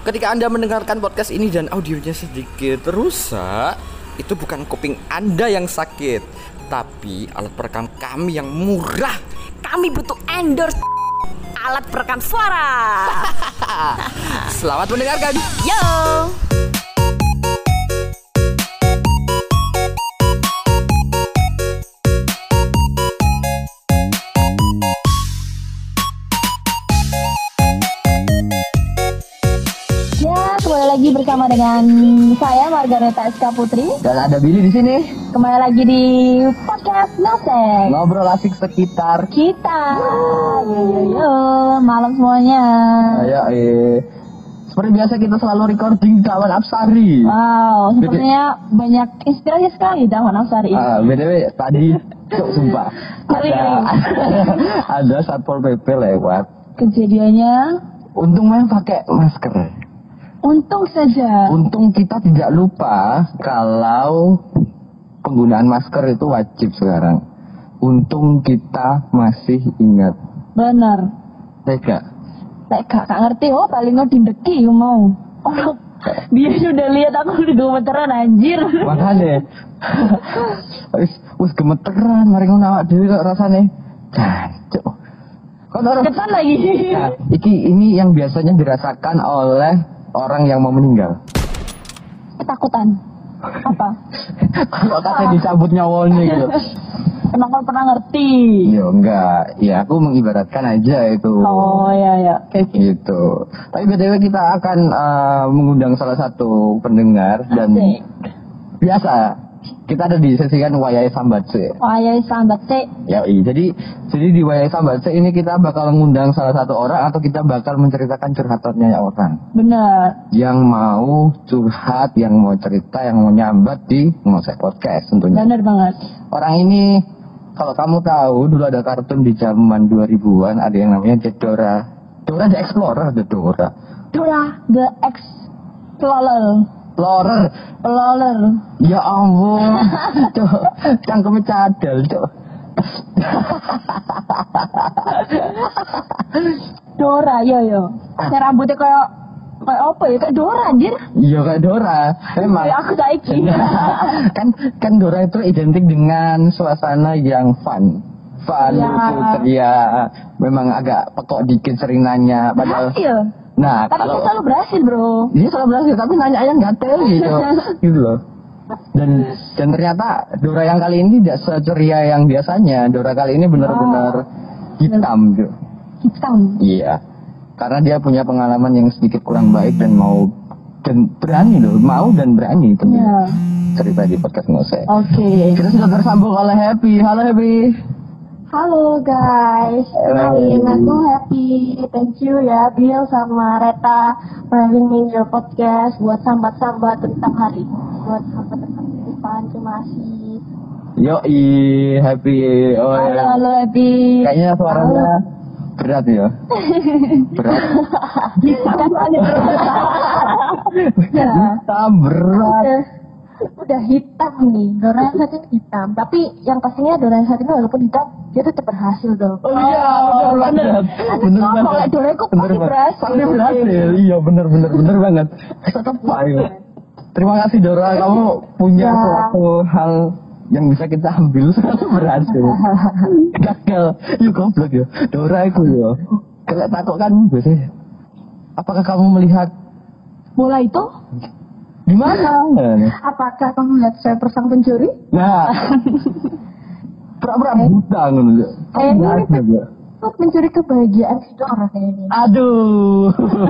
Ketika Anda mendengarkan podcast ini dan audionya sedikit rusak, itu bukan kuping Anda yang sakit, tapi alat perekam kami yang murah. Kami butuh endorse alat perekam suara. Selamat mendengarkan. Yo. Kembali lagi bersama dengan saya Margareta SK Putri dan ada Billy di sini. Kembali lagi di podcast Nosek. Ngobrol asik sekitar Kita. Yo, malam semuanya. Ayo, seperti biasa kita selalu recording Taman Apsari. Wow, sepertinya banyak inspirasi sekali Taman Apsari. BTW tadi sumpah ada Satpol PP lewat. Kejadiannya Untung memang pakai masker. untung saja. Untung kita tidak lupa kalau penggunaan masker itu wajib sekarang. Untung kita masih ingat. Benar. Tega. Saya gak ngerti, paling nggak dindeki mau. Dia sudah lihat aku di gemeteran anjir. Makanya wis gemeteran, mari ngono awak dhewe kok rasane. Jancuk. Depan lagi. Nah, ini yang biasanya dirasakan oleh orang yang mau meninggal. Ketakutan. Apa? Kalau katanya dicabut nyawanya gitu. Emang kau pernah ngerti? Ya enggak, ya aku mengibaratkan aja itu. Oh ya. Oke. Gitu. Tapi BTW kita akan mengundang salah satu pendengar dan biasa kita ada di sesi kan Wayai Sambatse. Wayai Sambatse. Ya, jadi di Wayai Sambatse ini kita bakal mengundang salah satu orang atau kita bakal menceritakan curhatannya orang. Benar. Yang mau curhat, yang mau cerita, yang mau nyambat di Nosek Podcast tentunya. Benar banget. Orang ini kalau kamu tahu dulu ada kartun di zaman 2000-an ada yang namanya Dora. Dora the Explorer, Dora. Dora the Explorer. Explorer. Ya ampun. Cuk, cangkeme cadel, Cuk. Dora, yo. Rambutnya kayak apa ya? Kayak Dora anjir. Iya kayak Dora. Memang. Ya, aku saiki. kan Dora itu identik dengan suasana yang fun, ya. lucu, ceria. Memang agak pekok dikit, sering nanya. Padahal. Berhasil. Nah, tapi dia selalu berhasil, bro. Dia selalu berhasil, tapi nanya yang gatel gitu, gitu loh. Dan ternyata Dora yang kali ini tidak seceria yang biasanya. Dora kali ini benar-benar hitam, gitu. Hitam. Iya. Karena dia punya pengalaman yang sedikit kurang baik dan berani loh, mau dan berani itu. Yeah. Cerita di podcast Nosek. Oke. Kita sudah tersambung oleh Happy. Halo Happy. Halo guys, kenalin aku Happy. Thank you ya Bill sama Reta for having me in your podcast buat sambat-sambat tentang hari. Buat sambat tentang kehidupan, terima kasih. Yoi, Happy. Oh, Halo Happy. Kayaknya suaranya berat ya. Berat. Hitam berat. Udah hitam nih, Dora yang satu hitam. Tapi yang pastinya Dora yang satu ini walaupun hitam, dia tetap berhasil dong. Oh iya, bener banget. Kalau Dora itu pasti berhasil. Pasti berhasil. Iya, bener banget. Tetap baik. Terima kasih Dora, kamu punya suatu hal yang bisa kita ambil selalu berhasil. Gagal, yuk goblok ya. Dora itu ya. Kalau takut kan biasanya. Apakah kamu melihat bola itu? Gimana? Apakah kamu lihat saya persang pencuri? Nah, pura-pura buta ngono. Kayaknya mencuri kebahagiaan seseorang kayaknya. Aduh.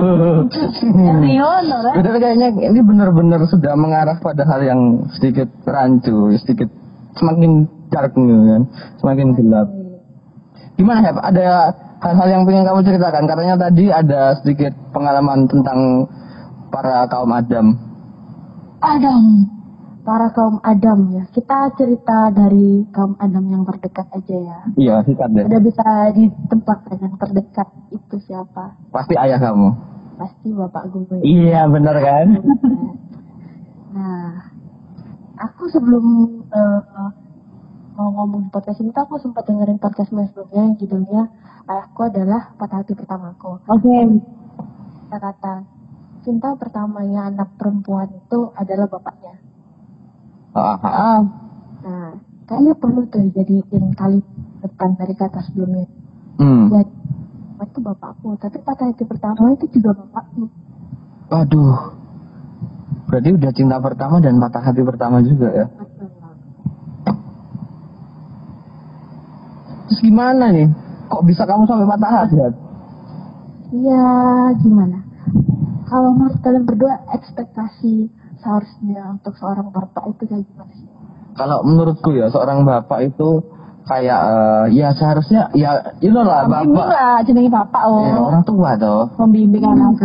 Betul, kayaknya ini benar-benar sudah mengarah pada hal yang sedikit rancu, sedikit semakin dark kan, semakin gelap. Gimana ya? Ada hal-hal yang pengen kamu ceritakan? Katanya tadi ada sedikit pengalaman tentang para kaum Para kaum Adam ya. Kita cerita dari kaum Adam yang terdekat aja ya. Iya, sikat deh. Udah bisa ditebak dengan terdekat itu siapa? Pasti ayah kamu. Pasti bapak gue. Iya, benar kan? Nah, aku sebelum mau ngomong di podcast ini, aku sempat dengerin podcast sebelumnya yang judulnya Ayahku Adalah Patah Hati Pertamaku. Oke. Kata-kata cinta pertamanya anak perempuan itu adalah bapaknya. Nah, kayaknya perlu tuh jadiin kali depan dari kata sebelumnya. Jadi, itu bapakku, tapi patah hati pertama itu juga bapakku. Waduh. Berarti udah cinta pertama dan patah hati pertama juga ya. Terus gimana nih? Kok bisa kamu sampai patah hati? Ya, gimana? Kalau menurut kalian berdua, ekspektasi seharusnya untuk seorang bapak itu kayak gimana sih? Kalau menurutku ya, seorang bapak itu kayak ya seharusnya ya lah bapak. Lah jenenge bapak Ya, orang tua toh. membimbing anak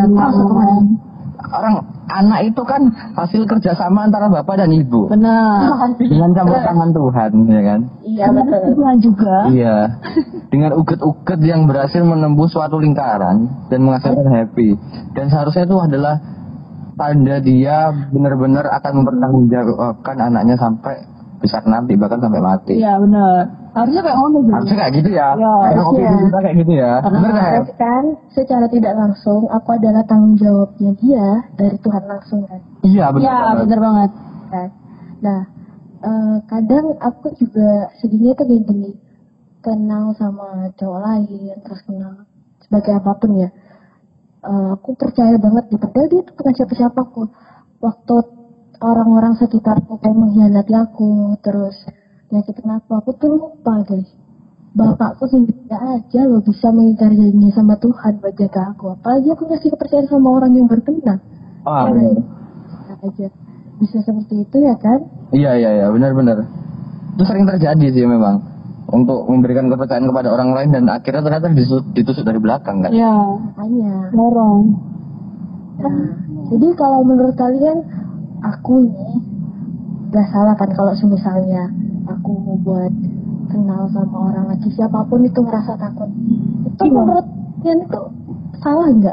Orang anak itu kan hasil kerjasama antara bapak dan ibu. benar. Dengan campur tangan Tuhan, ya kan? Iya, betul. Tuhan juga. Iya. Dengan uget-uget yang berhasil menembus suatu lingkaran dan menghasilkan happy. Dan seharusnya itu adalah tanda dia benar-benar akan mempertanggungjawabkan anaknya sampai besar nanti, bahkan sampai mati. Iya benar. Harusnya kayak ngono gitu. Harusnya kayak gitu ya. Ya, Kayak opini harusnya. kita kayak gitu ya. Bener nggak? Tapi kan secara tidak langsung aku adalah tanggung jawabnya dia dari Tuhan langsung kan. Iya benar. Iya banget. benar banget. Kan? Nah, kadang aku juga sedihnya tuh gini, kenal sama cowok lain, terus kenal sebagai apapun ya. Aku percaya banget gitu, padahal dia tuh bukan siapa-siapa aku. Waktu orang-orang sekitarku kayak mengkhianati aku, terus nyakitin aku tuh lupa guys. Bapakku sendiri aja loh bisa mengingkari janjinya sama Tuhan buat jaga aku. Apalagi aku ngasih kepercayaan sama orang yang berkenal. Ah, Aja bisa seperti itu ya kan? iya benar-benar. Itu sering terjadi sih memang. Untuk memberikan kepercayaan kepada orang lain dan akhirnya ternyata ditusuk dari belakang kan. Iya. Makanya. Lorong. Nah, jadi kalau menurut kalian aku ini gak salah kan kalau misalnya aku mau buat kenal sama orang lagi siapapun itu ngerasa takut. Itu menurut kalian itu salah nggak?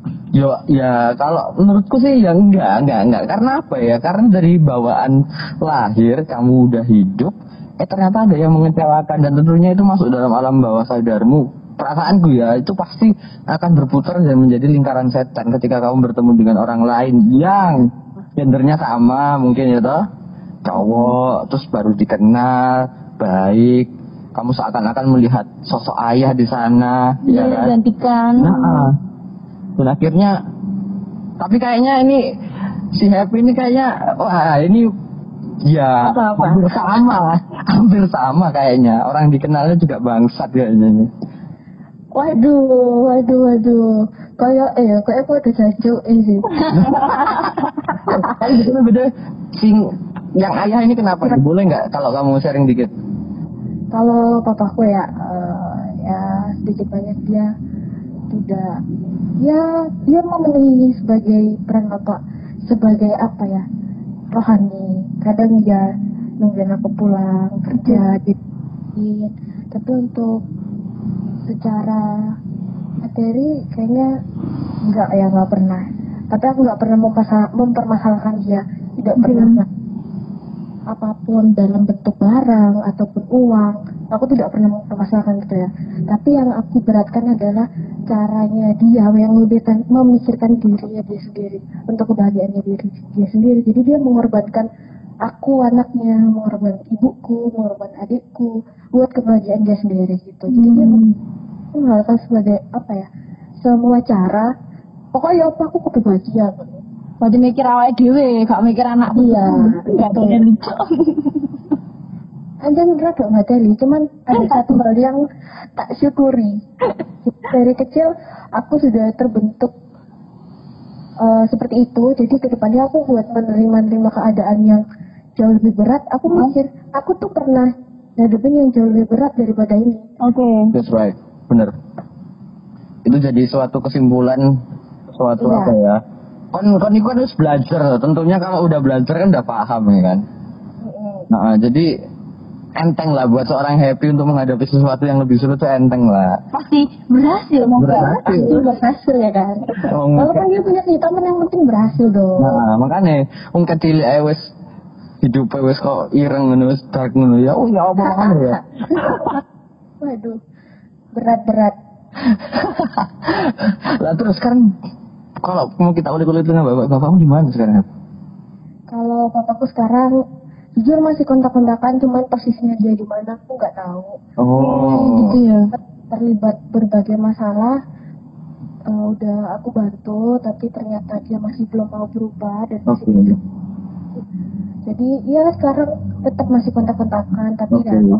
Ya kalau menurutku sih ya enggak. Karena apa ya? Karena dari bawaan lahir kamu udah hidup, ternyata ada yang mengecewakan dan tentunya itu masuk dalam alam bawah sadarmu. Perasaanku ya itu pasti akan berputar dan menjadi lingkaran setan ketika kamu bertemu dengan orang lain yang gendernya sama mungkin ya toh, cowok, terus baru dikenal baik, kamu seakan-akan melihat sosok ayah di sana, ya kan? Gantikan. Dan akhirnya, tapi kayaknya ini si Happy ini kayaknya, wah ini ya hampir sama kayaknya, orang dikenalnya juga bangsat kayaknya ini. Waduh. Kayak aku udah jancuk sih. Tapi beda yang ayah ini kenapa? Boleh nggak kalau kamu sharing dikit? Kalau papaku ya sedikit banyak dia tidak, dia memenuhi sebagai peran bapak, sebagai apa ya, rohani. Kadang dia nungguin aku pulang kerja gitu, tapi untuk secara materi kayaknya nggak pernah. Tapi aku nggak pernah mempermasalahkan dia, tidak pernah apapun dalam bentuk barang ataupun uang, aku tidak pernah mempermasalahkan gitu ya. Tapi yang aku beratkan adalah caranya dia yang lebih memikirkan dirinya dia sendiri untuk kebahagiaannya dia sendiri. Jadi dia mengorbankan aku anaknya, mengorbankan ibuku, mengorbankan adikku buat kebahagiaan dia sendiri gitu. Jadi dia menghalalkan sebagai apa ya, semua cara pokoknya apa aku kebahagiaan. Wajib mikir awake dhewe, gak mikir anak Iya, gak betul. pengen lucu. Anjir rada materi, cuman ada satu hal yang tak syukuri. Dari kecil aku sudah terbentuk seperti itu, jadi kedepannya aku buat menerima keadaan yang jauh lebih berat. Aku mikir, aku tuh pernah ngadepin yang jauh lebih berat daripada ini. Oke. That's right, bener. Itu jadi suatu kesimpulan, suatu Iya. apa ya? Kon itu harus belajar. Tentunya kalau udah belajar kan udah paham ya kan. Nah, jadi enteng lah buat seorang Happy untuk menghadapi sesuatu yang lebih sulit tuh enteng lah. Pasti berhasil Pasti berhasil ya kan. Walaupun dia punya cerita, yang penting berhasil dong. Nah, makanya wong kecil wis hidup wis kok ireng ngono wis dark ngono ya. Oh ya apa makanya ya. Waduh, berat. Lah terus kan kalau mau kita ulik-ulik dengan bapakmu di mana sekarang? Kalau bapakku sekarang jujur masih kontak-kontakan, cuman posisinya dia di mana aku nggak tahu. Oh. Gitu ya. Terlibat berbagai masalah. Udah aku bantu, tapi ternyata dia masih belum mau berubah dan masih hidup. Jadi ya sekarang tetap masih kontak-kontakan, tapi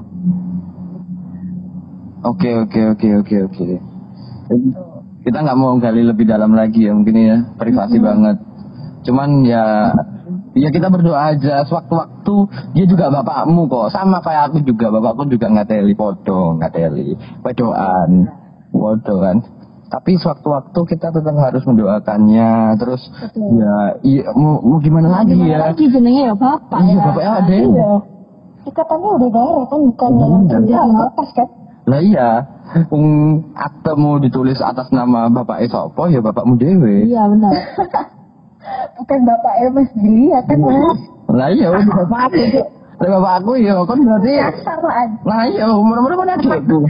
Oke. Kita nggak mau gali lebih dalam lagi ya, mungkin ya privasi banget. Cuman ya kita berdoa aja. Sewaktu-waktu dia juga bapakmu kok, sama kayak aku juga. Bapakku juga nggak teli berdoaan, podo kan. Tapi sewaktu-waktu kita tetap harus mendoakannya. Terus ya mau gimana lagi ya? Lagi jenenge ya bapak. Iya, bapaknya ada. Iya. Ikatannya udah darah kan, bukan dalam kerjaan lepas kan? Lah iya, aktemu ditulis atas nama bapak sopo ya bapakmu dewe. Iya benar. Bukan bapak Mas Billy ya kan Mas? Lah iya, udah bapak aku. Lah bapak aku ya kan berarti. Samaan. Lah iya, umur-umur mana adikku.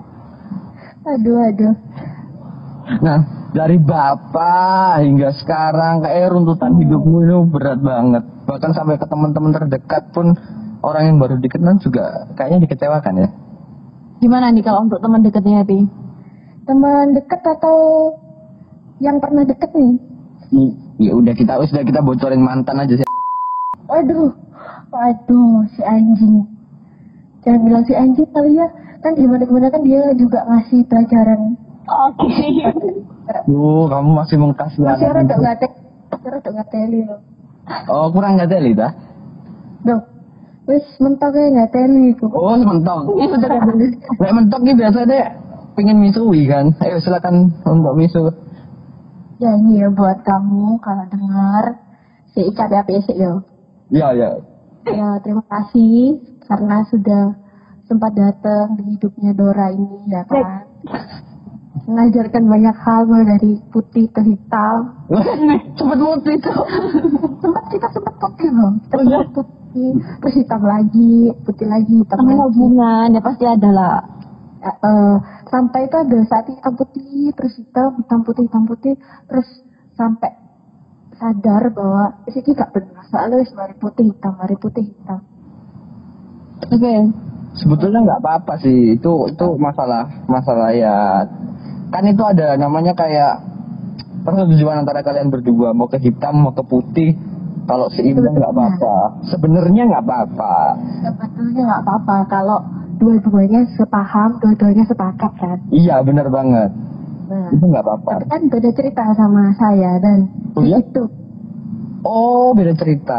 Aduh. Nah, dari bapak hingga sekarang kayak runtutan hidupmu itu berat banget. Bahkan sampai ke teman-teman terdekat pun orang yang baru dikenal juga kayaknya dikecewakan ya. Gimana nih kalau untuk teman dekatnya Pi? Teman dekat atau yang pernah deket nih? Ya udah kita bocorin mantan aja sih. Waduh, si anjing. Jangan bilang si anjing kali ya. Kan gimana kan dia juga ngasih pelajaran. Oke. Kamu masih mengkasih. Masih rada nggak teli loh. Oh, kurang nggak teli dah? Duh, wis mentoknya nggak teli kok. Oh, mentok. Lek mentok ini biasa deh pengen misui kan. Ayo silakan untuk misu. Ya ini ya buat kamu kalau dengar si Ica BAPC yo. Iya. Ya terima kasih karena sudah sempat datang di hidupnya Dora ini ya kan. Mengajarkan banyak hal mulai dari putih ke hitam. Cepet putih tuh. Sempat putih loh. Sempat putih, terus hitam lagi, putih lagi, hitam lagi. Hubungan ya pasti ada lah. Sampai itu ada saat hitam putih, terus hitam putih, terus sampai sadar bahwa ini gak benar. Soalnya mari putih hitam. Oke. Sebetulnya nggak apa-apa sih. Itu masalah ya. Kan itu ada namanya kayak persetujuan antara kalian berdua, mau ke hitam mau ke putih. Kalau seimbang nggak apa-apa. Sebenarnya nggak apa-apa. Sebetulnya nggak apa-apa kalau dua-duanya sepaham, dua-duanya sepakat kan. Iya benar banget. Nah, itu nggak apa-apa. tapi kan beda cerita sama saya dan itu. Oh beda cerita.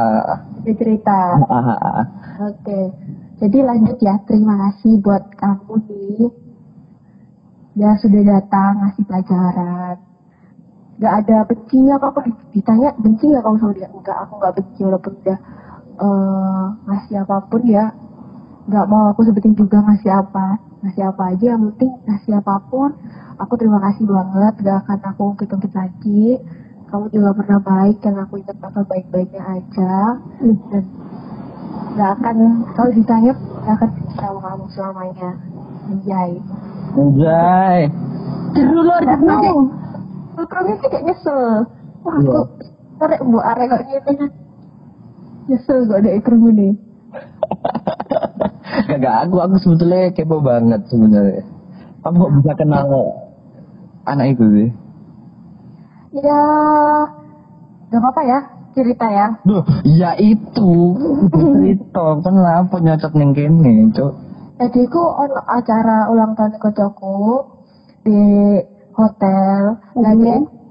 Oke. Jadi lanjut ya. Terima kasih buat kamu nih. Ya sudah datang ngasih pelajaran. Gak ada bencinya kok. Aku ditanya benci gak kamu sama dia? Enggak, aku gak benci walaupun dia ngasih apapun ya. Gak mau aku sebutin juga ngasih apa aja, yang penting ngasih apapun. Aku terima kasih banget, gak akan aku ungkit-ungkit lagi. Kamu juga pernah baik, yang aku ingat bakal baik-baiknya aja. Dan gak akan, kalau ditanya gak akan benci sama kamu selamanya. Anjay. Terulur. Terusnya sih kayak nyesel. Wah aku tarik buat arek kok gini kan. Nyesel kok ada ikrum ini. Gak, aku sebetulnya kepo banget sebenarnya. Kamu kok bisa kenal anak itu sih? Ya, gak apa-apa ya cerita ya. Duh, ya itu cerita kan lah nyocot neng kene, cok. Jadi aku ono acara ulang tahun kocokku di hotel lagi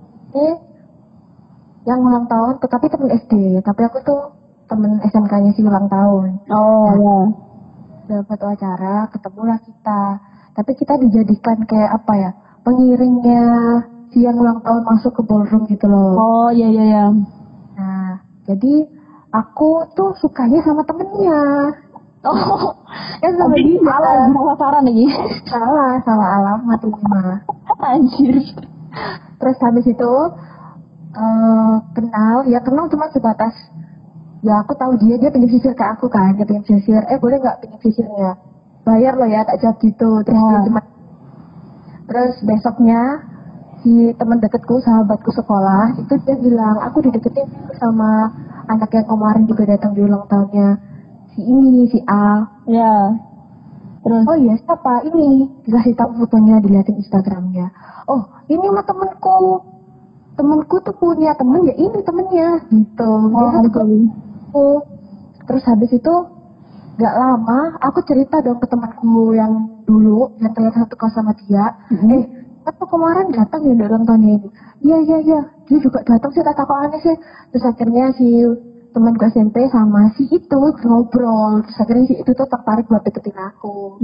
yang ulang tahun, tapi temen SD, tapi aku tuh temen SMK-nya sih ulang tahun. Dapat acara, ketemulah kita. Tapi kita dijadikan kayak apa ya, pengiringnya si yang ulang tahun masuk ke ballroom gitu loh. Oh iya. Nah, jadi aku tuh sukanya sama temennya. Oh, Sama dia. salah saran lagi. Salah alamat ini mah. Anjir. Terus habis itu kenal cuma sebatas ya aku tahu dia pengen sisir ke aku kan, dia pengen sisir, boleh nggak pengen sisirnya, bayar loh ya, tak jawab gitu. Terus dia cuma, terus besoknya si teman deketku, sahabatku sekolah, itu dia bilang aku dideketin sama anak yang kemarin juga datang di ulang tahunnya si ini, si A. Ya. Terus? Oh iya, siapa? Ini. Dikasih tahu fotonya, dilihatin Instagramnya. Oh, ini mah temanku. Temanku tuh punya temen, ya ini temennya. Gitu. Oh, terus habis itu, gak lama, aku cerita dong ke temanku yang dulu, yang terlihat satu kelas sama dia. Aku kemarin datang ya ulang tahunnya ini. Iya. Dia juga datang sih, tak kok aneh sih. Terus akhirnya si temanku SMP sama si itu ngobrol. Terus akhirnya si itu tuh tertarik buat deketin aku.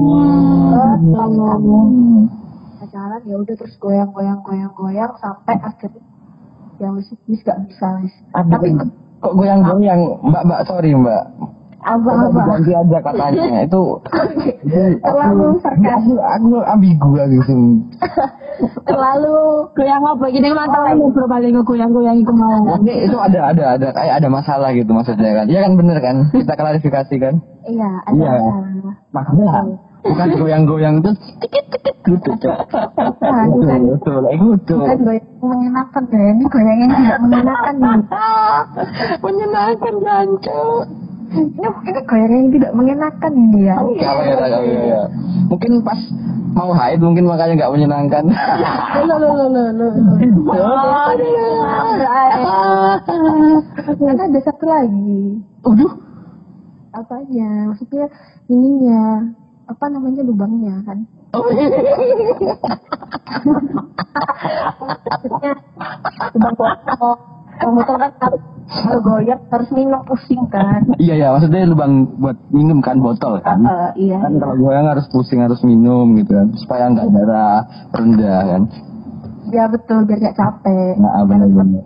Jalan ya udah terus goyang sampai akhirnya ya wis gak bisa wis. Tapi kok goyang-goyang, Mbak, sorry Mbak. Abang. Ganti aja katanya. Itu terlalu sarkas. Aku ambigu gitu. Terlalu Goyang apa? Gini mantap lagi berbalik goyang-goyang itu mau. Itu ada kayak ada masalah gitu maksudnya kan. Iya kan bener kan? Kita klarifikasi kan? iya ada Iya. Makanya bukan goyang-goyang itu tikit-tikit gitu, Cok. Betul. bukan goyang menyenangkan ya, ini goyang yang tidak menyenangkan nih. Menyenangkan kan, Cok. Ini goyang yang tidak menyenangkan ini ya. Iya. Mungkin pas mau haid mungkin makanya nggak menyenangkan. Karena ada satu lagi. Apanya? Maksudnya ininya apa namanya lubangnya kan? Maksudnya lubang botol. Lubang botol kan kalau goyang harus minum pusing kan? Iya, maksudnya lubang buat minum kan botol kan? Iya. Kan kalau goyang harus pusing, harus minum gitu kan, supaya nggak darah rendah kan? Ya betul, biar gak capek. Nah, benar-benar.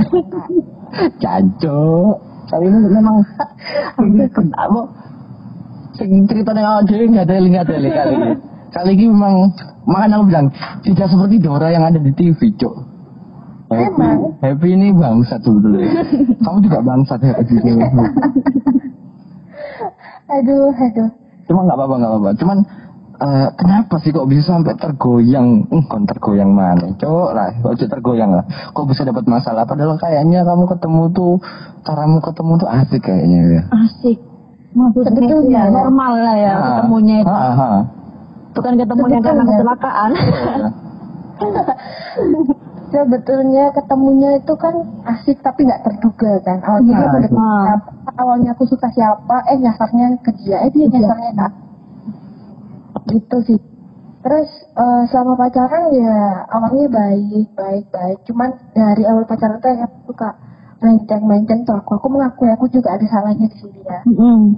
Cancok. Kali ini memang kamu cerita dengan awal nggak ada kali ini. Kali ini memang makanya aku bilang tidak seperti Dora yang ada di TV, Cok. Happy ini bangsat sebetulnya. Kamu juga bangsat Happy. Aduh. Cuma nggak apa-apa. Cuman kenapa sih kok bisa sampai tergoyang? Kon tergoyang mana? Cok lah, kok tergoyang lah. Kok bisa dapat masalah? Padahal kayaknya kamu ketemu tuh, caramu ketemu tuh asik kayaknya ya. Asik. Sebetulnya normal lah ya ketemunya itu. Bukan ketemunya karena kecelakaan. Sebetulnya ketemunya itu kan asik tapi nggak terduga kan. Awalnya aku suka siapa, nyasarnya ke dia, dia nyasarnya tak. Gitu sih. Terus selama pacaran ya awalnya baik. Cuman dari awal pacaran tuh yang aku suka menceng tuh aku mengakui aku juga ada salahnya di sini ya.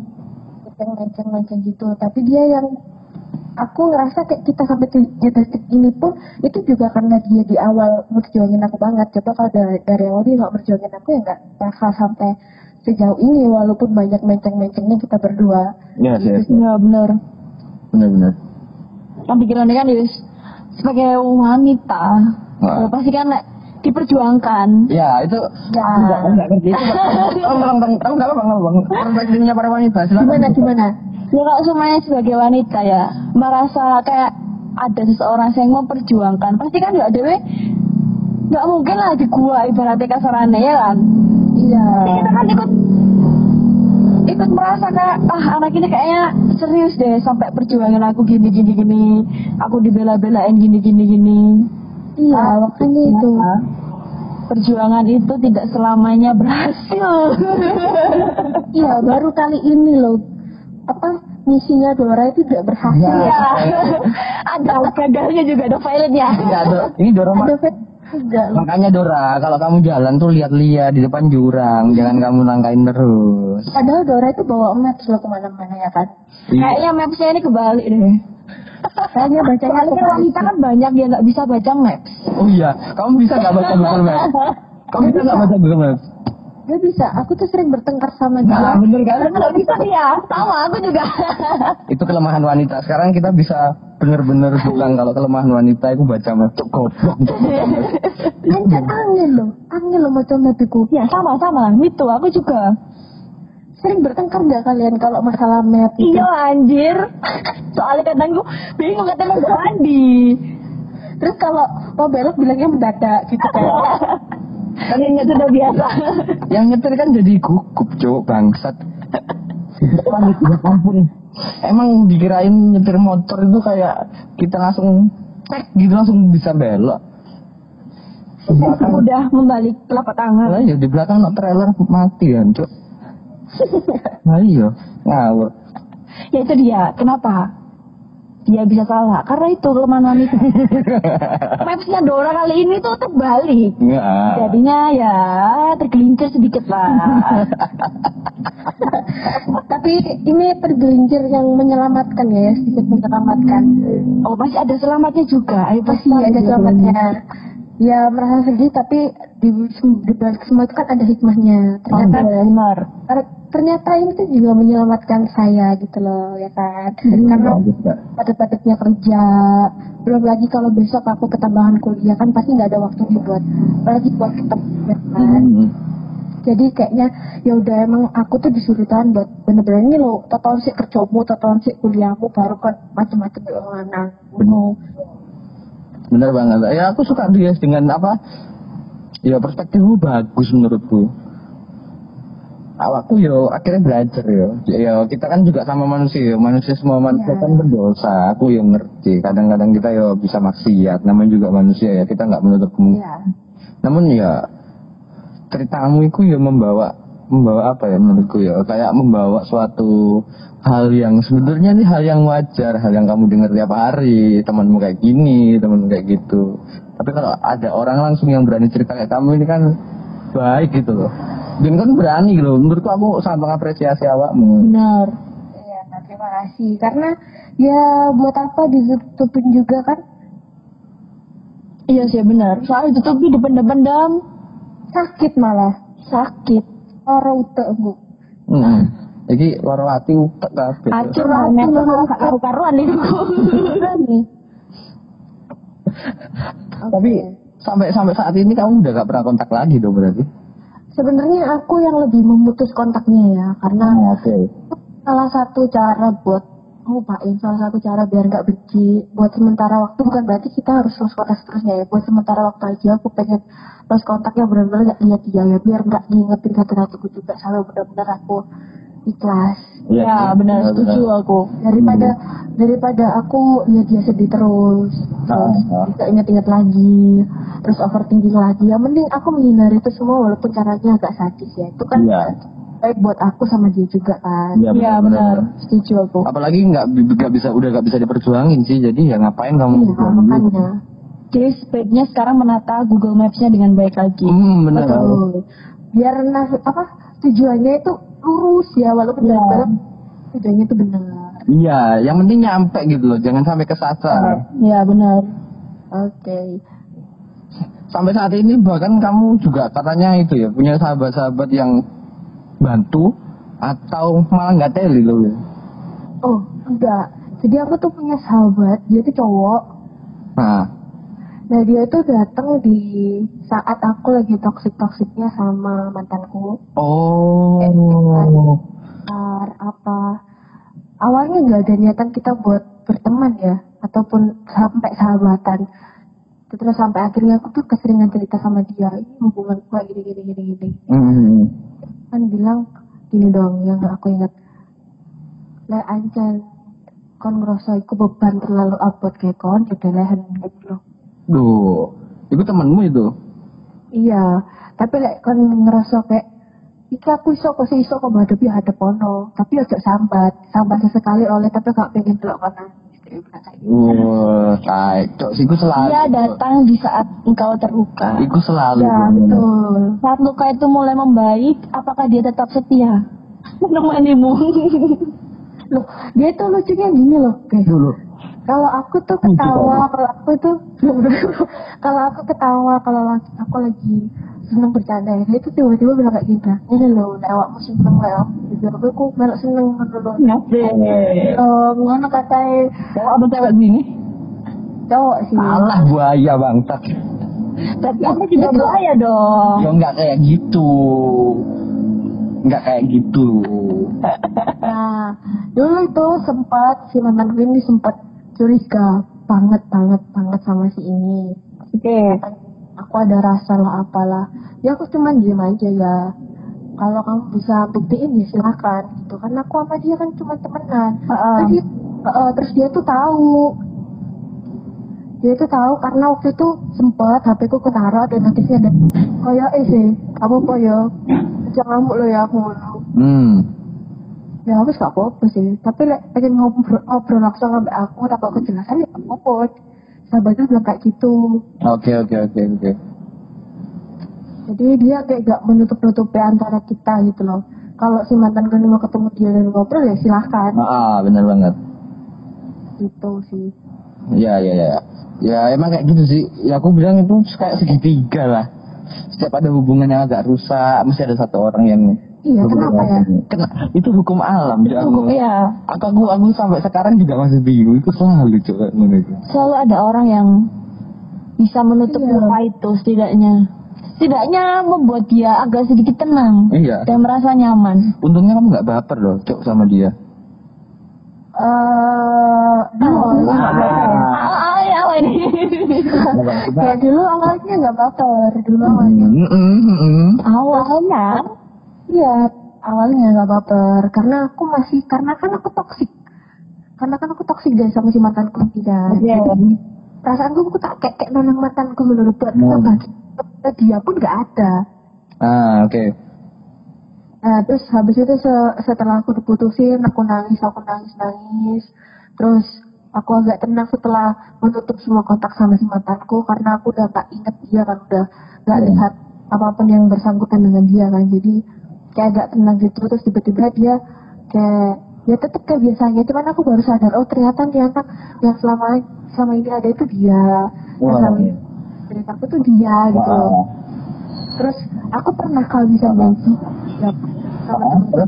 Menceng gitu. Tapi dia yang aku ngerasa kayak kita sampai detik ini pun itu juga karena dia di awal berjuangin aku banget. Coba kalau dari awal dia nggak berjuangin aku ya nggak bakal sampai sejauh ini walaupun banyak menceng-mencengnya kita berdua. Iya sih. Ya benar. Benar. Kan pikirannya kan Yus sebagai wanita, ya pasti kan diperjuangkan. Ya itu enggak ngerti itu. Tahu enggak Bang? Perspektifnya para wanita. Silakan. Gimana? Ya kalau semuanya sebagai wanita ya merasa kayak ada seseorang yang memperjuangkan, pasti kan nggak mungkin lah di gua ibaratnya kasarannya ya kan. Iya. Kita kan ikut merasa kayak anak ini kayaknya serius deh sampai perjuangan aku gini, aku dibela-belain gini. Iya, makanya itu. Perjuangan itu tidak selamanya berhasil. Iya, baru kali ini loh. Misinya Dora itu tidak berhasil. Ya. Ada gagalnya juga, ada failnya. Iya, ini Dora makanya Dora, kalau kamu jalan tuh lihat-lihat di depan jurang, jangan kamu langkain terus. Padahal Dora itu bawa maps loh kemana-mana ya kan. Kayaknya mapsnya ini kebalik deh. Kayaknya bacanya wanita kan banyak dia nggak bisa baca maps. Oh iya, kamu bisa nggak baca Google Maps? Kamu bisa nggak baca Google Maps? Gak bisa, aku tuh sering bertengkar sama dia. Nah, bener kan? Nggak bisa dia, sama aku juga. Itu kelemahan wanita. Sekarang kita bisa bener-bener bilang kalau kelemahan wanita itu baca map. Goblok. Kan angin loh macam mapiku. Ya sama, itu aku juga. Sering bertengkar gak kalian kalau masalah map itu? Iya anjir. Soalnya kadang gue bingung katanya mau mandi. Terus kalau mau belok bilangnya mendadak gitu kan. Kan yang nyetir udah biasa. Yang nyetir kan jadi gugup cowok bangsat. Ya ampun. Emang dikirain nyetir motor itu kayak kita langsung gitu langsung bisa belok. Udah membalik telapak tangan. Lah ya di belakang no trailer mati kan, Cuk. Nah iya, ngawur. Ya itu dia. Kenapa? Dia bisa salah. Karena itu kelemahan wanita. Mapsnya Dora kali ini tuh terbalik. Enggak. Jadinya ya tergelincir sedikit lah. Tapi ini tergelincir yang menyelamatkan ya, sedikit menyelamatkan. Oh masih ada selamatnya juga. Ayo Pasti ada selamatnya. Ya merasa sedih tapi di balik semua itu kan ada hikmahnya. Benar. Ternyata ini tuh juga menyelamatkan saya gitu loh ya kan. Karena padat-padatnya kerja, belum lagi kalau besok aku ketambahan kuliah kan pasti nggak ada waktu buat apalagi buat ketemu kan. Jadi kayaknya ya udah emang aku tuh disuruh tahan buat bener-bener ini loh total sih kerjamu, total sih kuliahmu baru kan macam-macam di lanang. Bener banget. Ya aku suka dia dengan apa? Ya perspektifmu bagus menurutku. Aku yo akhirnya belajar yo. Ya kita kan juga sama manusia. Manusia semua manusia kan berdosa. Aku yang ngerti. Kadang-kadang kita yo bisa maksiat. Namanya juga manusia ya. Kita nggak menutup kemungkinan. Namun ya ceritamu itu ya membawa apa ya menurutku ya kayak membawa suatu hal yang sebenarnya ini hal yang wajar, hal yang kamu dengar tiap hari, temanmu kayak gini, temanmu kayak gitu. Tapi kalau ada orang langsung yang berani cerita kayak kamu ini kan baik gitu loh. Dan kan berani gitu loh. Menurutku aku sangat mengapresiasi awakmu. Benar. Iya, nah, terima kasih. Karena ya buat apa ditutupin juga kan? Iya sih benar. Soalnya ditutupi dipendam-pendam Sakit malah. sakit. Orang utek bu. Jadi warwati utek kabeh. Acur meter gak karu-karuan itu. Tapi sampai saat ini kamu udah gak pernah kontak lagi dong berarti? Sebenarnya aku yang lebih memutus kontaknya ya, karena salah satu cara buat ngupain, salah satu cara biar nggak benci. Buat sementara waktu bukan berarti kita harus lost kontak seterusnya ya. Buat sementara waktu aja aku pengen lost kontaknya benar-benar nggak lihat dia ya, biar nggak ngingetin kata-kataku juga. Sampai benar-benar aku ikhlas. Ya benar setuju aku. Daripada aku lihat dia sedih terus tidak ingat-ingat lagi, terus overthinking lagi. Ya mending aku menghindari itu semua walaupun caranya agak sadis ya. Itu kan baik buat aku sama dia juga kan. Iya benar. Setuju aku. Apalagi udah nggak bisa diperjuangin sih. Jadi ya ngapain kamu? Iya, makanya. Jadi sebaiknya sekarang menata Google Maps-nya dengan baik lagi. Benar. Betul. Biar tujuannya itu lurus ya, walaupun dalam tujuannya itu benar. Iya, yang penting nyampe gitu loh, jangan sampai kesasar. Iya benar. Oke. Sampai saat ini bahkan kamu juga katanya itu ya punya sahabat-sahabat yang bantu atau malah nggak teli loh. Oh enggak. Jadi aku tuh punya sahabat, dia tuh cowok. Nah dia itu datang di saat aku lagi toksik-toksiknya sama mantanku. Apa? Awalnya nggak ada niatan kita buat berteman ya, ataupun sampai sahabatan. Terus sampai akhirnya aku tuh keseringan cerita sama dia, ini hubungan gue gini. Kan bilang gini dong, yang aku ingat. Le ancen kon ngerasa iku beban terlalu abot kayak kon, udah lehen gitu loh. Duh, itu temanmu itu? Iya, tapi lek kon ngerasa kayak iki aku iso kok menghadapi hadap ono, tapi aja sambat sesekali oleh tapi gak pengen delok kono. Wah, kayak cok siku selalu. Dia datang di saat engkau terluka. Iku selalu. Ya betul. Saat luka itu mulai membaik, apakah dia tetap setia menemanimu? Loh, dia tuh lucunya gini loh, guys. Dulu. Kalau aku tuh ketawa, kalau aku lagi seneng bercanda ya, dia tuh tiba-tiba bilang kayak gitu. Ini loh, awakmu seneng lah. Jadi aku melok seneng dulu. Ngono katanya. Cowok apa cewek gini? Cowok sih. Alah buaya bangsat. Tapi aku juga buaya dong. Ya enggak kayak gitu. Nah, dulu tuh sempat si mantanku ini sempat curiga banget sama si ini. Oke. Aku ada rasa lah apalah. Ya aku cuma diem aja ya. Kalau kamu bisa buktiin ya silakan gitu. Karena aku sama dia kan cuma temenan. Terus dia tuh tahu. Dia tuh tahu karena waktu itu sempat HP ku ketaruh ada notifnya ada kayak sih apa ya jangan ngamuk lo ya aku ya aku gak apa-apa sih tapi pengen ngobrol langsung sama aku takut kejelasan ya apa sahabatnya bilang kayak gitu. Oke. Jadi dia kayak gak menutup-nutupi antara kita gitu loh. Kalau si mantan gue mau ketemu dia dan ngobrol ya silahkan. Bener banget. Gitu sih. Ya. Ya emang kayak gitu sih. Ya aku bilang itu kayak segitiga lah. Setiap ada hubungan yang agak rusak, mesti ada satu orang yang. Iya, kenapa ya? Itu hukum alam. Iya. Aku sampai sekarang juga masih bingung. Itu selalu coba menurutku. Selalu ada orang yang bisa menutup luka itu setidaknya membuat dia agak sedikit tenang. Iya. Dan merasa nyaman. Untungnya kamu nggak baper loh, Cok, sama dia. Ya dulu awalnya nggak baper, Awalnya? Iya, awalnya nggak baper karena kan aku toksik. Karena kan aku toksik dan sama si mantanku tidak. Jadi perasaanku aku tak kayak nonang mantanku menurut bagi dia pun nggak ada. Oke. Nah, terus habis itu setelah aku diputusin, aku nangis. Terus aku agak tenang setelah menutup semua kontak sama si mantanku karena aku udah gak inget dia kan, udah gak lihat apapun yang bersangkutan dengan dia kan. Jadi kayak agak tenang gitu. Terus tiba-tiba dia kayak ya tetap kayak biasanya, cuman aku baru sadar ternyata yang selama ini ada itu dia. Yang selama ini cerita aku tuh dia gitu loh. Terus aku pernah kalau bisa bantu ya sama temen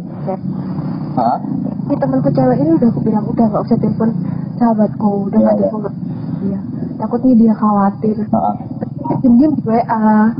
temanku cewek ini udah aku bilang udah gak usah telepon sahabatku, udah gak telepon dia, takutnya dia khawatir. Diam di WA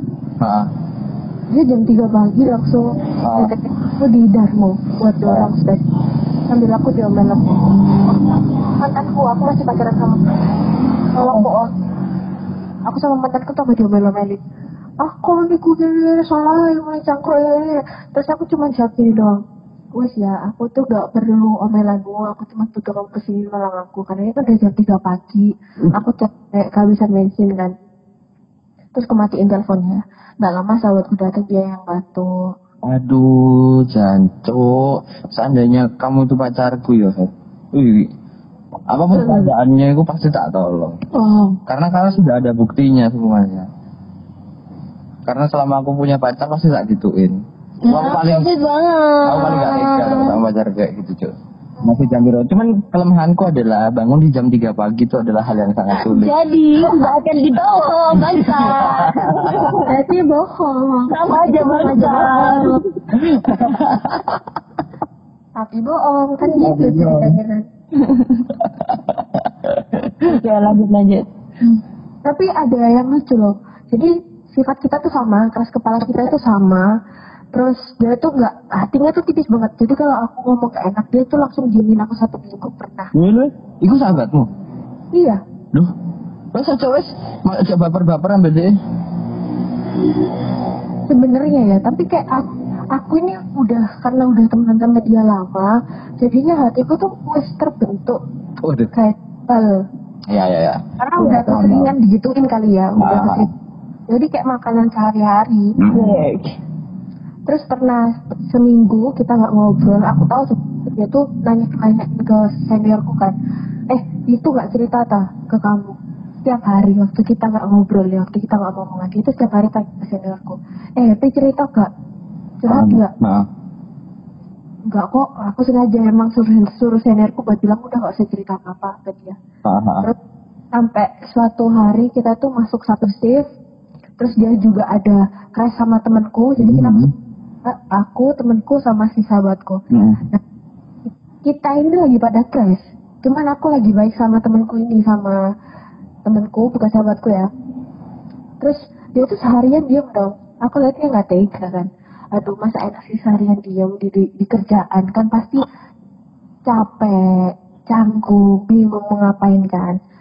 dia jam 3 pagi langsung deketin aku di Darmo buat dorong stres sambil aku diomelin mantanku, aku masih pacaran sama tolong bohong, aku sama mantanku tuh diomelin aku nih gue salah yang mulai cangkruk ya. Terus aku cuma jawab gini doang, wes ya aku tuh gak perlu omelanmu, aku cuma butuh kamu kesini nolong aku karena itu udah jam 3 pagi aku capek kehabisan bensin kan. Terus kematiin teleponnya. Gak lama sahabatku datang, dia yang bantu. Aduh jancuk, seandainya kamu itu pacarku ya apapun keadaannya aku pasti tak tolong. Karena sudah ada buktinya semuanya. Karena selama aku punya pacar pasti tak gituin. Aku paling gak tega sama pacar kayak gitu, Cuk. Masih jam biru. Cuman kelemahanku adalah bangun di jam 3 pagi itu adalah hal yang sangat sulit. Jadi nggak akan dibohong, Bangsa. Berarti bohong. Sama aja Bangsa. Tapi bohong kan gitu ceritanya. Ya lanjut. Tapi ada yang lucu loh. Jadi sifat kita tuh sama, keras kepala kita itu sama. Terus dia tuh hatinya tuh tipis banget. Jadi kalau aku ngomong gak enak, dia tuh langsung diemin aku 1 minggu pernah. Iku sahabatmu? Iya. Duh, masa cowok mau baper-baper ambil deh? Sebenarnya ya, tapi kayak aku ini karena udah temenan sama dia lama, jadinya hatiku tuh wes terbentuk kayak Ya. Karena udah keseringan digituin kali ya, jadi kayak makanan sehari-hari. Terus pernah seminggu kita nggak ngobrol, aku tahu dia tuh nanya ke seniorku kan, itu nggak cerita ke kamu setiap hari waktu kita nggak ngobrol ya, waktu kita nggak ngomong lagi itu setiap hari tanya ke seniorku, tapi cerita gak curhat nggak? Nggak kok, aku sengaja emang suruh seniorku buat bilang udah nggak usah cerita apa ke dia. Terus sampai suatu hari kita tuh masuk satu shift, terus dia juga ada crush sama temanku, jadi kita aku, temanku sama si sahabatku. Nah, kita ini lagi pada crush, cuman aku lagi baik sama temanku ini, sama temanku bukan sahabatku ya. Terus dia tuh seharian diem dong, aku liatnya nggak tega kan. Aduh, masa enak sih seharian diem di kerjaan, kan pasti capek, canggung, bingung mau ngapain kan.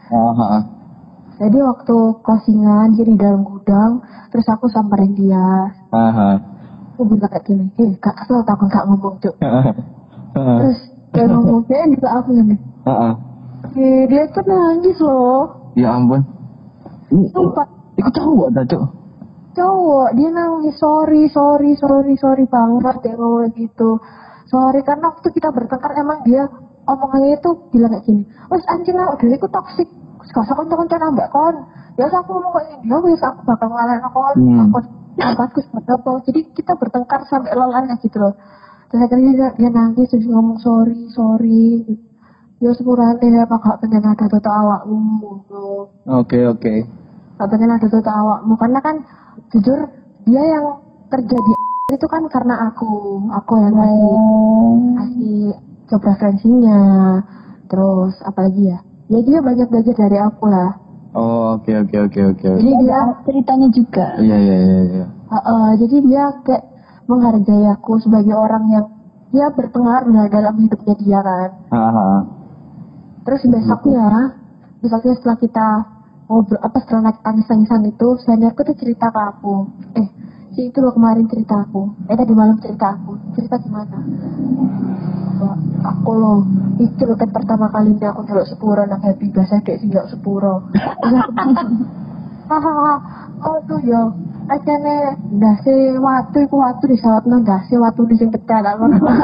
Aha. Jadi waktu closingan dia di dalam gudang, terus aku samperin dia. Aha. Aku bilang kayak gini, gak kesel takut gak ngomong Cuk. Terus dia ngomong, dia juga aku gini. Dia tuh nangis loh. Ya ampun. Sumpah. Itu cowok dah, Cuk. Cowok, dia nangis, sorry banget dia ngomong gitu. Sorry, karena waktu kita bertengkar emang dia omongannya itu bilang kayak gini. Wes anjing lah, udah aku toksik. Gak usah konco-konco nambah kon. Ya aku ngomong kayak gini, wes aku bakal ngalahin kon. Aku seperti apa. Jadi kita bertengkar sampai lelah gitu loh. Terus akhirnya dia nangis, terus ngomong sorry. Ya sepurane apa gak pengen ada toto awakmu. Oke. Gak pengen ada toto awakmu. Karena kan jujur dia yang kerja di itu kan karena aku yang ngasih job referensinya, terus apalagi ya dia banyak belajar dari aku lah. Oke. Jadi dia ceritanya juga. Iya. Jadi dia kayak menghargai aku sebagai orang yang dia berpengaruh dalam hidupnya dia kan. Terus besoknya setelah kita ngobrol setelah tangis-tangisan itu, seniorku tuh cerita ke aku, si itu loh kemarin cerita aku, tadi malam cerita gimana? Aku loh, itu loh kan pertama kalinya aku ngelok sepuro nang happy, biasa kayak ngelok sepuro. Oh tuh yo, akhirnya dasi waktu di sawat nang dasi waktu di sing pecah lah.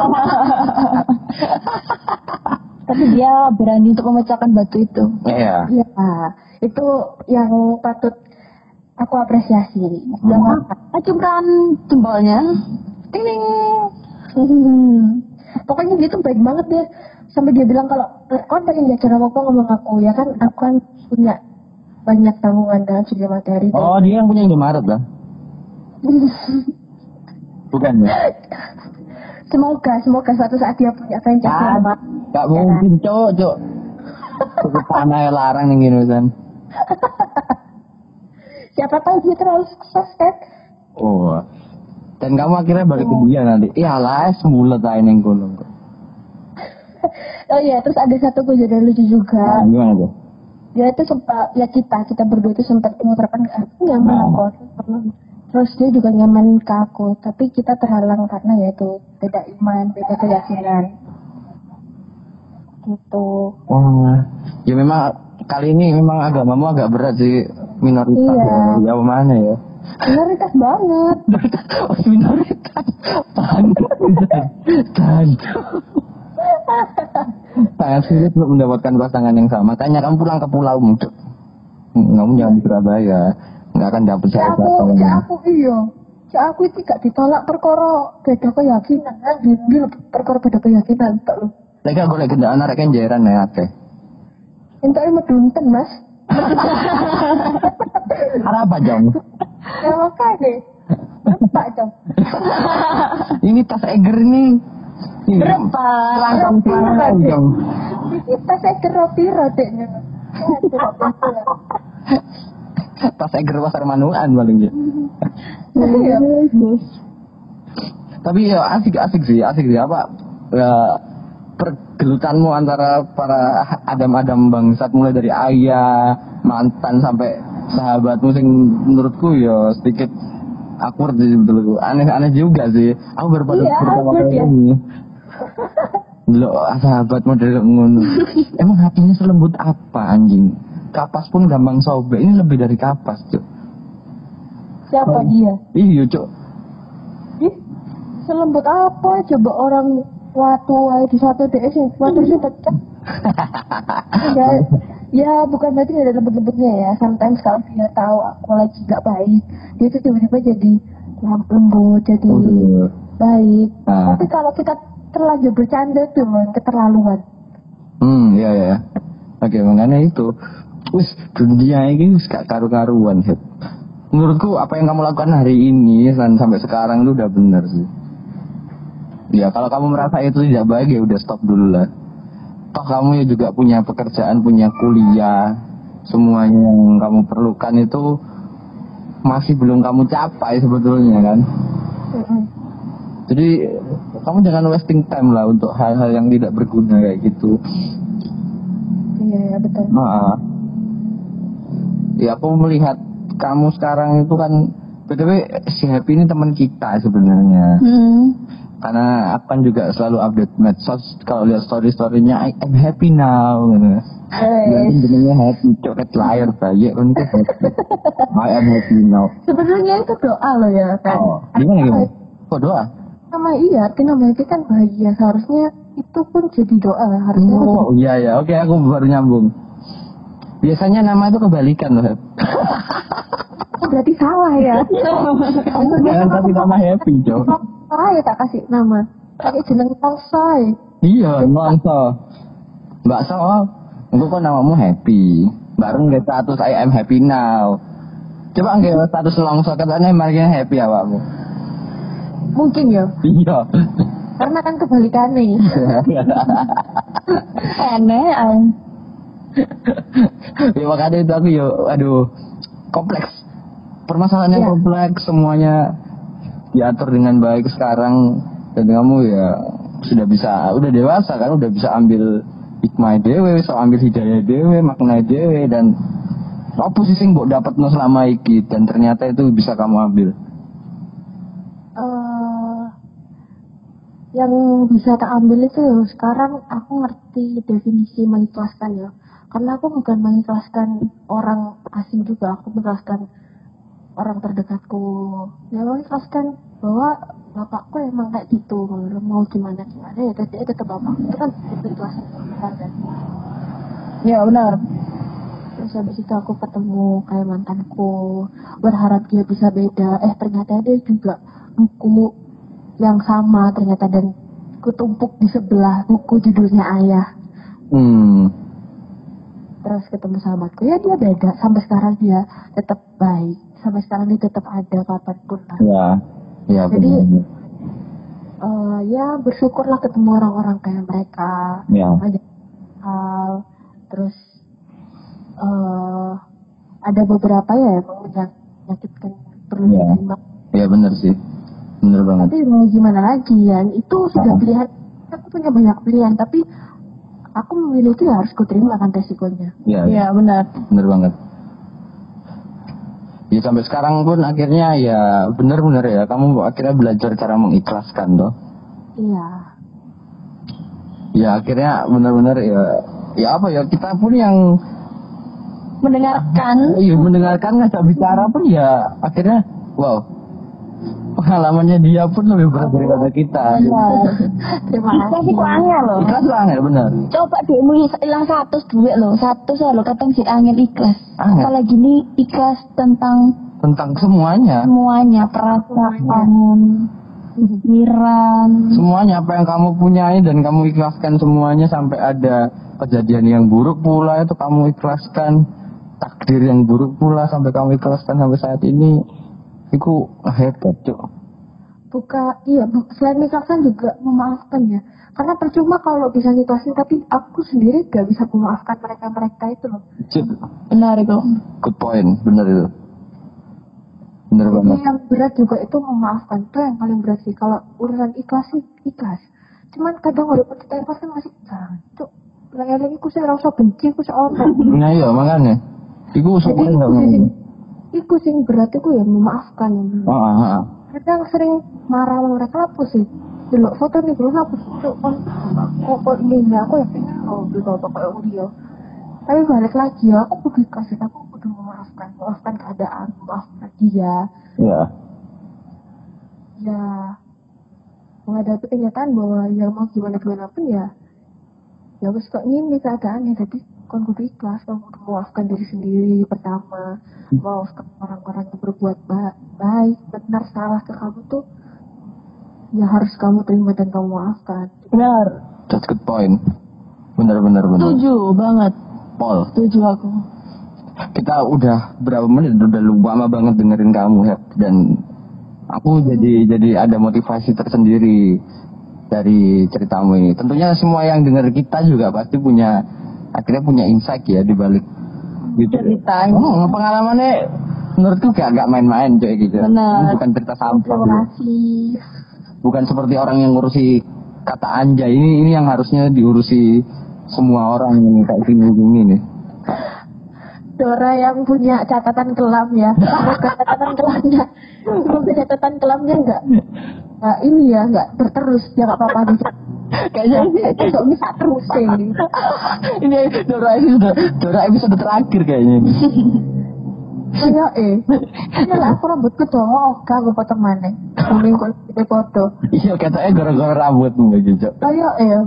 Tapi dia berani untuk memecahkan batu itu. Iya. Iya, itu yang patut aku apresiasi. Acungkan jempolnya. Ting. Pokoknya dia tuh baik banget deh. Sampai dia bilang kalau kon pengen belajar apa ngomong aku, ya kan aku kan punya banyak tanggungan dan studi materi. Oh, dia yang punya Indomaret lah. Bukan ya? Semoga suatu saat dia punya franchise. Gak mungkin, Cok. Cukup tanah larang yang gini kan. Siapa tahu dia terlalu sukses kan? Oh. Dan kamu akhirnya balik ke dia nanti. Iyalah, sembulat aja yang gunung. Oh iya, terus ada satu kejadian lucu juga. Gimana tuh? Dia itu sempat, ya kita berdua itu sempat mengutarakan ke aku nyaman aku. Terus dia juga nyaman ke aku, tapi kita terhalang karena yaitu beda iman, beda keyakinan. Gitu. Wah, ya memang kali ini memang agamamu agak berat sih, minoritas. Iya. Ya mana ya? Minoritas banget. Minoritas. Tahan. Sangat sulit untuk mendapatkan pasangan yang sama. Makanya kamu pulang ke pulau Cuk. Kamu jangan di Surabaya. Nggak akan dapet siapa-siapa. Aku itu gak ditolak perkara beda keyakinan kan, perkara beda keyakinan tak lu. Lagi aku lagi gendaan arek kenjeran ya akeh. Entuk medunten Mas. Arep apa jam? Ya makanya. Pak Jom. Ini tas Eger nih. Berapa? Langsung pulang jam. Kita saya kira-kira deknya. Tas Eger pasar manuan paling ya. Tapi ya asik sih apa ya, pergelutanmu antara para adam-adam bangsat mulai dari ayah, mantan sampai sahabatmu sing menurutku ya sedikit awkward sih sebetulnya. Aneh juga sih. Aku baru pertama kali ini. Loh, sahabat model ngono. Emang hatinya selembut apa anjing? Kapas pun gampang sobek. Ini lebih dari kapas, Cuk. Siapa dia? Iya, Cuk. Ih, selembut apa? Coba orang waktu di suatu DS yang waktu itu pecah. Ya bukan berarti ada lembut-lembutnya ya. Sometimes kalau dia tahu aku lagi gak baik, dia tuh tiba-tiba jadi lembut, jadi baik. Tapi kalau kita terlanjur bercanda tuh keterlaluan. Iya. Oke, makanya itu. Wis dunia ini wis gak karu-karuan, Hep. Menurutku apa yang kamu lakukan hari ini dan sampai sekarang itu udah benar sih. Ya kalau kamu merasa itu tidak baik ya udah stop dulu lah. Toh kamu ya juga punya pekerjaan, punya kuliah, semuanya yang kamu perlukan itu masih belum kamu capai sebetulnya kan. Jadi kamu jangan wasting time lah untuk hal-hal yang tidak berguna kayak gitu. Iya betul. ya aku melihat kamu sekarang itu kan btw si Happy ini teman kita sebenarnya. Karena aku kan juga selalu update medsos, kalau lihat story-storynya I'm happy now gitu. Jadi jenenge happy, coret layar bayi kan itu happy. I am happy now. Sebenarnya itu doa loh ya kan. Gimana? Kok doa? Iya, artinya happy kan bahagia, seharusnya itu pun jadi doa lah harusnya. Oh iya ya, oke aku baru nyambung. Biasanya nama itu kebalikan loh. Berarti salah ya. Jangan kasih nama happy, Jo. Ya tak kasih nama. Pakai jeneng Tosoy. Iya, nonton. Mbak So, engko kok namamu Happy. Bareng nge status I am happy now. Coba nge status longso katanya marganya happy awakmu. Mungkin ya. Iya. Karena kan kebalikannya. Aneh. Ya makanya itu aku aduh kompleks. Permasalahannya kompleks, semuanya diatur dengan baik sekarang, dan kamu ya udah dewasa kan, udah bisa ambil hikmah dewe, so ambil hidayah dewe, makna dewe, dan apa sih sing mbok dapetno selama iki dan ternyata itu bisa kamu ambil. Yang bisa tak ambil itu sekarang aku ngerti definisi mengikhlaskan ya, karena aku bukan mengikhlaskan orang asing juga, aku mengikhlaskan orang terdekatku. Ya mengikhlaskan bahwa bapakku emang kayak gitu, mau gimana ya tetap bapak itu kan ikhlas kan. Ya benar. Terus habis itu aku ketemu kayak mantanku, berharap dia bisa beda, ternyata dia juga buku yang sama ternyata, dan kutumpuk di sebelah buku judulnya Ayah. Terus ketemu sahabatku, ya dia beda, sampai sekarang dia tetap baik, sampai sekarang dia tetap ada kapanpun lah. Ya jadi ya bersyukurlah ketemu orang-orang kayak mereka. Banyak hal. Terus ada beberapa ya yang menyakitkan, perlu diterima. Ya benar sih, benar banget. Tapi mau gimana lagi ya, itu sudah pilihan. Aku punya banyak pilihan, tapi aku memilih itu ya harus kuterima kan resikonya. Iya benar banget. Ya sampai sekarang pun akhirnya ya benar-benar ya kamu akhirnya belajar cara mengikhlaskan toh. Iya. Ya akhirnya benar-benar ya apa ya, kita pun yang mendengarkan. Iya mendengarkan, ngajak bicara pun ya akhirnya wow, pengalamannya dia pun lebih berat daripada kita. Terima kasih. Kok angel loh. Ikhlas tuh angel benar. Coba demo hilang 100 duit loh. 100 lo kadang si angel ikhlas. Apalagi nih ikhlas tentang semuanya, perasaan, pikiran, semuanya apa yang kamu punyai dan kamu ikhlaskan semuanya, sampai ada kejadian yang buruk pula itu kamu ikhlaskan, takdir yang buruk pula sampai kamu ikhlaskan sampai saat ini. Itu hebat, Cuk. Selain ikhlaskan juga memaafkan ya. Karena percuma kalau bisa ikhlasin, tapi aku sendiri gak bisa memaafkan mereka itu loh. Benar itu. Good point, benar itu. Benar banget. Yang berat juga itu memaafkan, itu yang paling berat sih. Kalau urusan ikhlas sih ikhlas. Cuman kadang walaupun kita ikhlas kan masih Cuk. Lagi aku sih rasa benci, aku seorang. Nah iya makanya. Iku sebenarnya nggak mau. Iku sing berat itu ya memaafkan. Kadang sering marah sama mereka apa sih? Dulu foto nih belum hapus kok ini aku ya pengen gitu kayak audio. Tapi balik lagi ya, aku kudu kasih, aku kudu memaafkan keadaan, memaafkan dia. Ya menghadapi kenyataan bahwa ya mau gimana pun ya wes kok ini keadaannya, jadi kon kudu ikhlas, kon kudu memaafkan diri sendiri pertama, memaafkan orang-orang yang berbuat baik, benar, salah ke kamu tuh ya harus kamu terima dan kamu maafkan. Benar. That's good point. Benar. Setuju banget. Paul. Setuju aku. Kita udah berapa menit, udah lama banget dengerin kamu ya, dan aku jadi ada motivasi tersendiri dari ceritamu ini. Tentunya semua yang dengar kita juga pasti akhirnya punya insight ya di balik gitu. Cerita. Pengalamannya menurutku agak main-main coy gitu. Benar. Ini bukan cerita sampah. Terima kasih. Bukan seperti orang yang ngurusi kata anjay, ini yang harusnya diurusi semua orang yang kayak gini nih. Dora yang punya catatan kelam ya. Semoga catatan kelamnya, semoga catatan kelamnya enggak ini ya, enggak berterus. Ya enggak apa-apa nih. Kayaknya besok bisa terus sih. Ini Dora episode terakhir kayaknya. Iya lah aku rambutku doang, gue potong mana? Mending gue foto. Iya katanya gara-gara rambutmu gitu. Iya.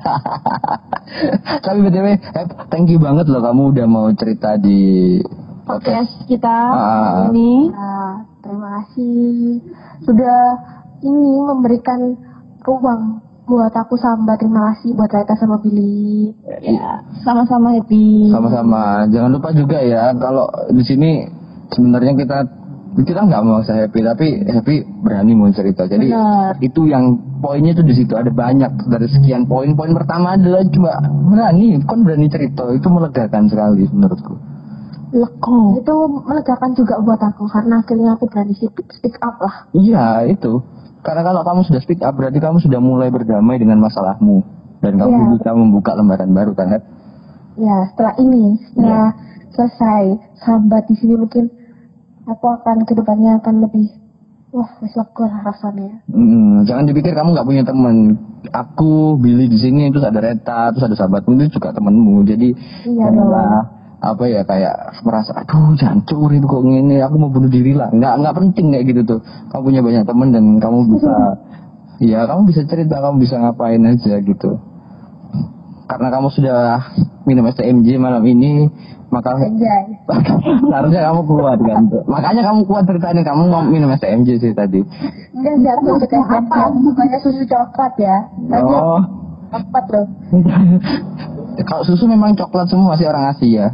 Tapi btw, thank you banget loh kamu udah mau cerita di Podcast kita ini. Nah, terima kasih sudah ini memberikan ruang buat aku sambat. Terima kasih buat Reta sama Billy. Ya, sama-sama happy. Sama-sama. Jangan lupa juga ya kalau di sini sebenarnya kita nggak mau saya happy, tapi happy berani mau cerita. Jadi Benar. itu yang poinnya tuh di situ ada banyak dari sekian poin. Poin pertama adalah cuma berani cerita, itu melegakan sekali menurutku. Leko. Itu melegakan juga buat aku karena akhirnya aku berani speak up lah. Iya itu. Karena kalau kamu sudah speak up berarti kamu sudah mulai berdamai dengan masalahmu dan kamu bisa membuka lembaran baru kan? Ya setelah selesai sambat di sini mungkin aku akan kedepannya akan lebih wis lega lah rasanya. Jangan dipikir kamu nggak punya teman. Aku Billy di sini terus ada Reta terus ada sahabatmu itu juga temanmu. Jadi janganlah kayak merasa aduh jancur itu kok ngene aku mau bunuh diri lah. Nggak penting kayak gitu tuh. Kamu punya banyak teman dan kamu bisa kamu bisa cerita, kamu bisa ngapain aja gitu. Karena kamu sudah minum STMJ malam ini, maka harusnya kamu kuat kan. Makanya kamu kuat ceritanya kamu mau minum STMJ sih tadi. Enggak apa? Bukannya susu coklat ya? Oh. Coklat loh. Kalau susu memang coklat semua sih orang Asia.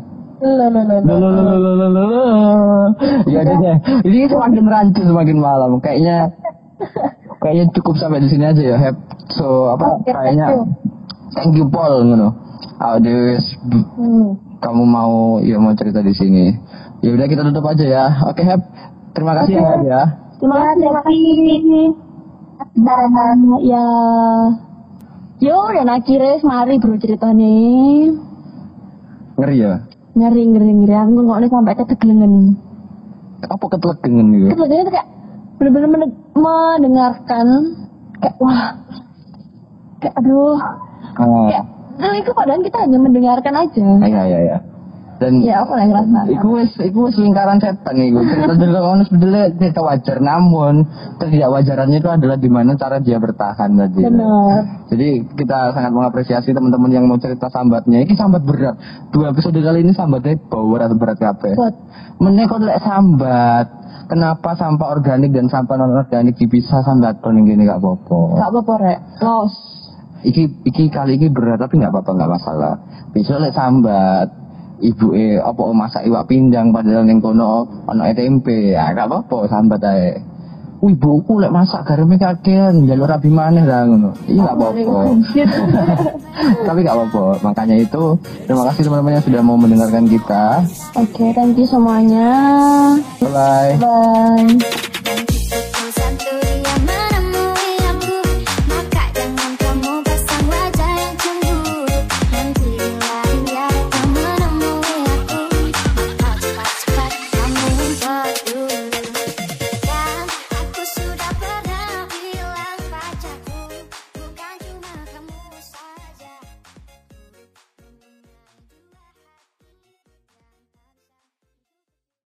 Ya deh. Ini semakin rancu semakin malam. Kayaknya cukup sampai di sini aja ya. Kayaknya thank you Paul ngono. Kamu mau cerita di sini. Ya udah kita tutup aja ya. Oke, Hep. Terima kasih ya. Terima kasih. Ya. Yo, dan akhirnya mari bro cerita nih. Ngeri ya? Ngeri. Aku ngomongnya sampai ketegelengan. Apa ketelegengan gitu? Ketegelengan itu kayak bener-bener mendengarkan. Kayak aduh. Kayak itu padahal kita hanya mendengarkan aja. Iya. Dan ya apa yang ngerasa? Iku lingkaran setan iku. Cerita dulu sebetulnya cerita wajar, namun ketidakwajarannya itu adalah di mana cara dia bertahan tadi. Benar. Jadi kita sangat mengapresiasi teman-teman yang mau cerita sambatnya. Ini sambat berat. 2 episode kali ini sambatnya power atau berat kabeh. Meneh kok lek sambat. Kenapa sampah organik dan sampah non organik dipisah sambat ning ngene gak apa-apa. Gak apa-apa rek. Los. Iki kali ini berat tapi nggak apa-apa, nggak masalah. Besok lek sambat ibu apa masak iwak pindang padahal ning kono ono tempe, ya gak apa-apa sambat ae. Ibuku lek masak gareme kakean njaluk rabi maneh lah ngono. Iya gak apa-apa. Tapi gak apa-apa. Makanya itu terima kasih teman-teman yang sudah mau mendengarkan kita. Oke, thank you semuanya. Bye. Bye.